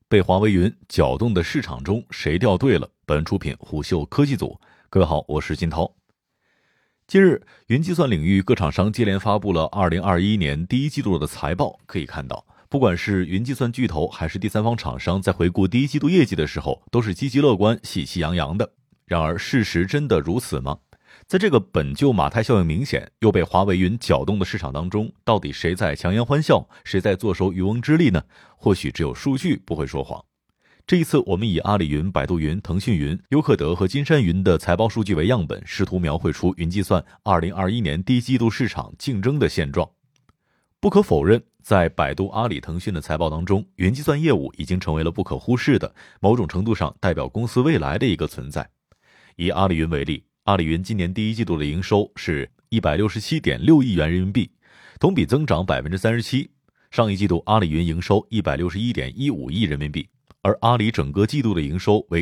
被华为云搅动的市场中，谁掉队了？本出品虎嗅科技组。各位好，我是金涛。近日，云计算领域各厂商接连发布了2021年第一季度的财报。可以看到，不管是云计算巨头还是第三方厂商，在回顾第一季度业绩的时候，都是积极乐观、喜气洋洋的。然而，事实真的如此吗？在这个本就马太效应明显又被华为云搅动的市场当中，到底谁在强颜欢笑，谁在坐收渔翁之利呢？或许只有数据不会说谎。这一次我们以阿里云、百度云、腾讯云、优客德和金山云的财报数据为样本，试图描绘出云计算2021年第一季度市场竞争的现状。不可否认，在百度、阿里、腾讯的财报当中，云计算业务已经成为了不可忽视的，某种程度上代表公司未来的一个存在。以阿里云为例，阿里云今年第一季度的营收是167.6亿元人民币，同比增长 37%。上一季度阿里云营收161.15亿人民币，而阿里整个季度的营收为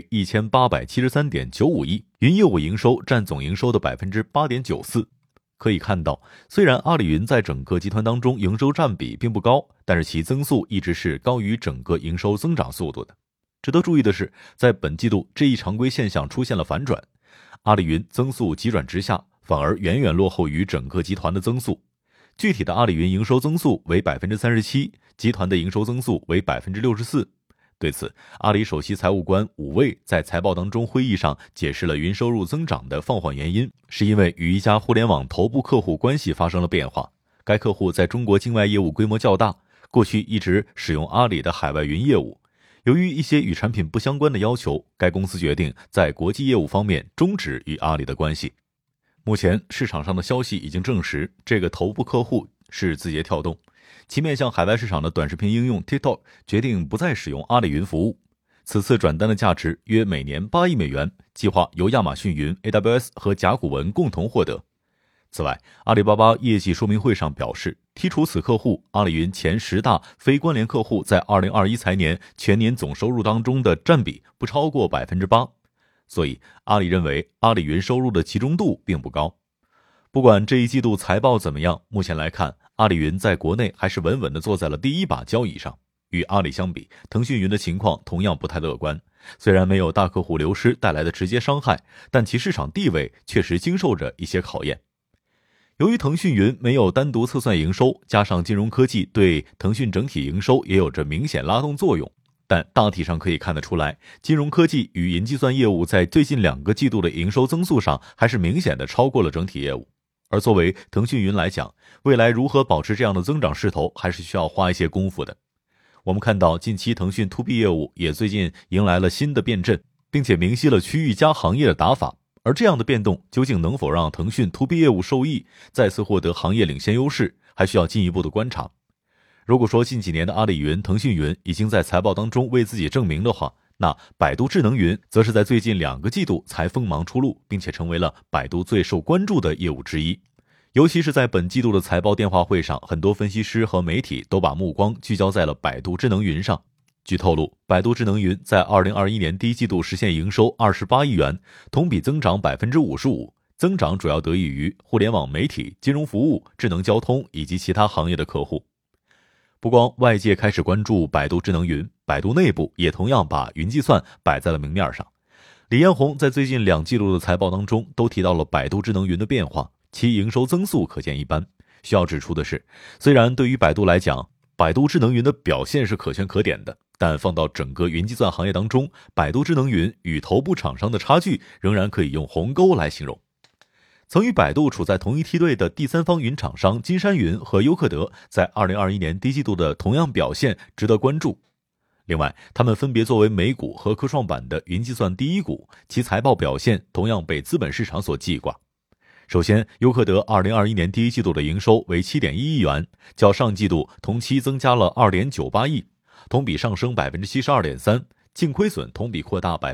1873.95亿，云业务营收占总营收的 8.94%。可以看到，虽然阿里云在整个集团当中营收占比并不高，但是其增速一直是高于整个营收增长速度的。值得注意的是，在本季度这一常规现象出现了反转，阿里云增速急转直下，反而远远落后于整个集团的增速。具体的阿里云营收增速为 37%， 集团的营收增速为 64%。 对此，阿里首席财务官武卫在财报当中会议上解释了云收入增长的放缓原因，是因为与一家互联网头部客户关系发生了变化。该客户在中国境外业务规模较大，过去一直使用阿里的海外云业务。由于一些与产品不相关的要求，该公司决定在国际业务方面终止与阿里的关系。目前市场上的消息已经证实，这个头部客户是字节跳动，其面向海外市场的短视频应用 TikTok 决定不再使用阿里云服务。此次转单的价值约每年8亿美元，计划由亚马逊云、AWS 和甲骨文共同获得。此外，阿里巴巴业绩说明会上表示，剔除此客户，阿里云前10大非关联客户在2021财年全年总收入当中的占比不超过 8%。所以阿里认为阿里云收入的集中度并不高。不管这一季度财报怎么样，目前来看，阿里云在国内还是稳稳地坐在了第一把交椅上。与阿里相比，腾讯云的情况同样不太乐观。虽然没有大客户流失带来的直接伤害，但其市场地位确实经受着一些考验。由于腾讯云没有单独测算营收，加上金融科技对腾讯整体营收也有着明显拉动作用，但大体上可以看得出来，金融科技与云计算业务在最近2个季度的营收增速上还是明显的超过了整体业务。而作为腾讯云来讲，未来如何保持这样的增长势头，还是需要花一些功夫的。我们看到近期腾讯 To B 业务也最近迎来了新的变阵，并且明晰了区域加行业的打法。而这样的变动究竟能否让腾讯 To B 业务受益，再次获得行业领先优势，还需要进一步的观察。如果说近几年的阿里云、腾讯云已经在财报当中为自己证明的话，那百度智能云则是在最近2个季度才锋芒初露，并且成为了百度最受关注的业务之一。尤其是在本季度的财报电话会上，很多分析师和媒体都把目光聚焦在了百度智能云上。据透露，百度智能云在2021年第一季度实现营收28亿元，同比增长 55%， 增长主要得益于互联网媒体、金融服务、智能交通以及其他行业的客户。不光外界开始关注百度智能云，百度内部也同样把云计算摆在了明面上。李彦宏在最近2季度的财报当中都提到了百度智能云的变化，其营收增速可见一斑。需要指出的是，虽然对于百度来讲，百度智能云的表现是可圈可点的，但放到整个云计算行业当中，百度智能云与头部厂商的差距仍然可以用鸿沟来形容。曾与百度处在同一梯队的第三方云厂商金山云和优客德在2021年第一季度的同样表现值得关注。另外，他们分别作为美股和科创板的云计算第一股，其财报表现同样被资本市场所记挂。首先，优客德2021年第一季度的营收为 7.1 亿元，较上季度同期增加了 2.98 亿，同比上升 72.3%， 净亏损同比扩大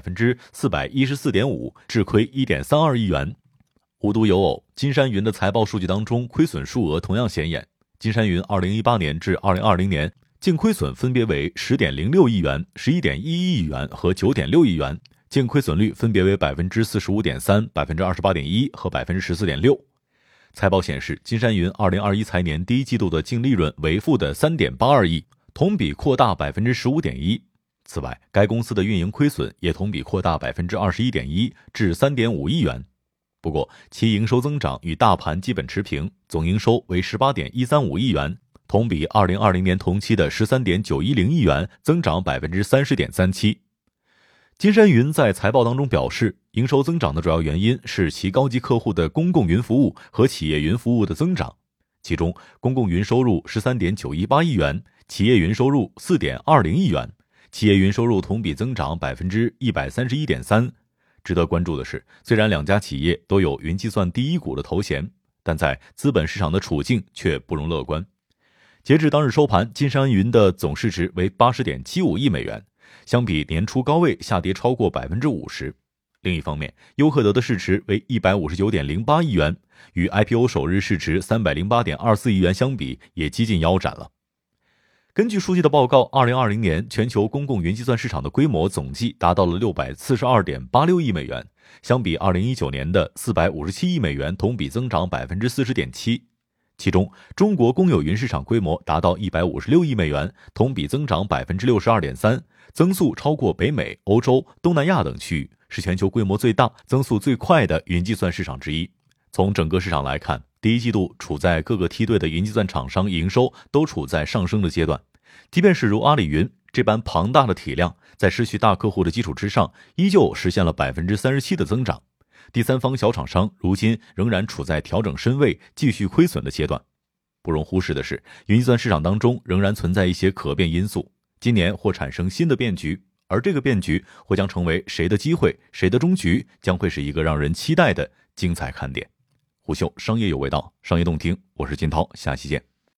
414.5%， 至亏 1.32 亿元。无独有偶，金山云的财报数据当中亏损数额同样显眼。金山云2018年至2020年净亏损分别为 10.06 亿元、11.11亿元和 9.6 亿元，净亏损率分别为 45.3%、28.1% 和 14.6%。财报显示，金山云2021财年第一季度的净利润为负的 3.82 亿，同比扩大 15.1%。 此外，该公司的运营亏损也同比扩大 21.1% 至 3.5 亿元。不过，其营收增长与大盘基本持平，总营收为 18.135 亿元，同比2020年同期的 13.910 亿元增长 30.37%。金山云在财报当中表示，营收增长的主要原因是其高级客户的公共云服务和企业云服务的增长，其中公共云收入 13.918 亿元，企业云收入 4.20 亿元，企业云收入同比增长 131.3%。值得关注的是，虽然两家企业都有云计算第一股的头衔，但在资本市场的处境却不容乐观。截至当日收盘，金山云的总市值为 80.75 亿美元，相比年初高位下跌超过 50%。 另一方面，优客德的市值为 159.08 亿元，与 IPO 首日市值 308.24 亿元相比也接近腰斩了。根据数据的报告，2020年全球公共云计算市场的规模总计达到了 642.86 亿美元，相比2019年的457亿美元同比增长 40.7%。其中，中国公有云市场规模达到156亿美元，同比增长 62.3%， 增速超过北美、欧洲、东南亚等区域，是全球规模最大、增速最快的云计算市场之一。从整个市场来看，第一季度处在各个梯队的云计算厂商营收都处在上升的阶段，即便是如阿里云这般庞大的体量，在失去大客户的基础之上，依旧实现了 37% 的增长。第三方小厂商如今仍然处在调整身位、继续亏损的阶段。不容忽视的是，云计算市场当中仍然存在一些可变因素，今年或产生新的变局，而这个变局或将成为谁的机会、谁的终局，将会是一个让人期待的精彩看点。虎嗅商业有味道，商业洞听，我是金涛，下期见。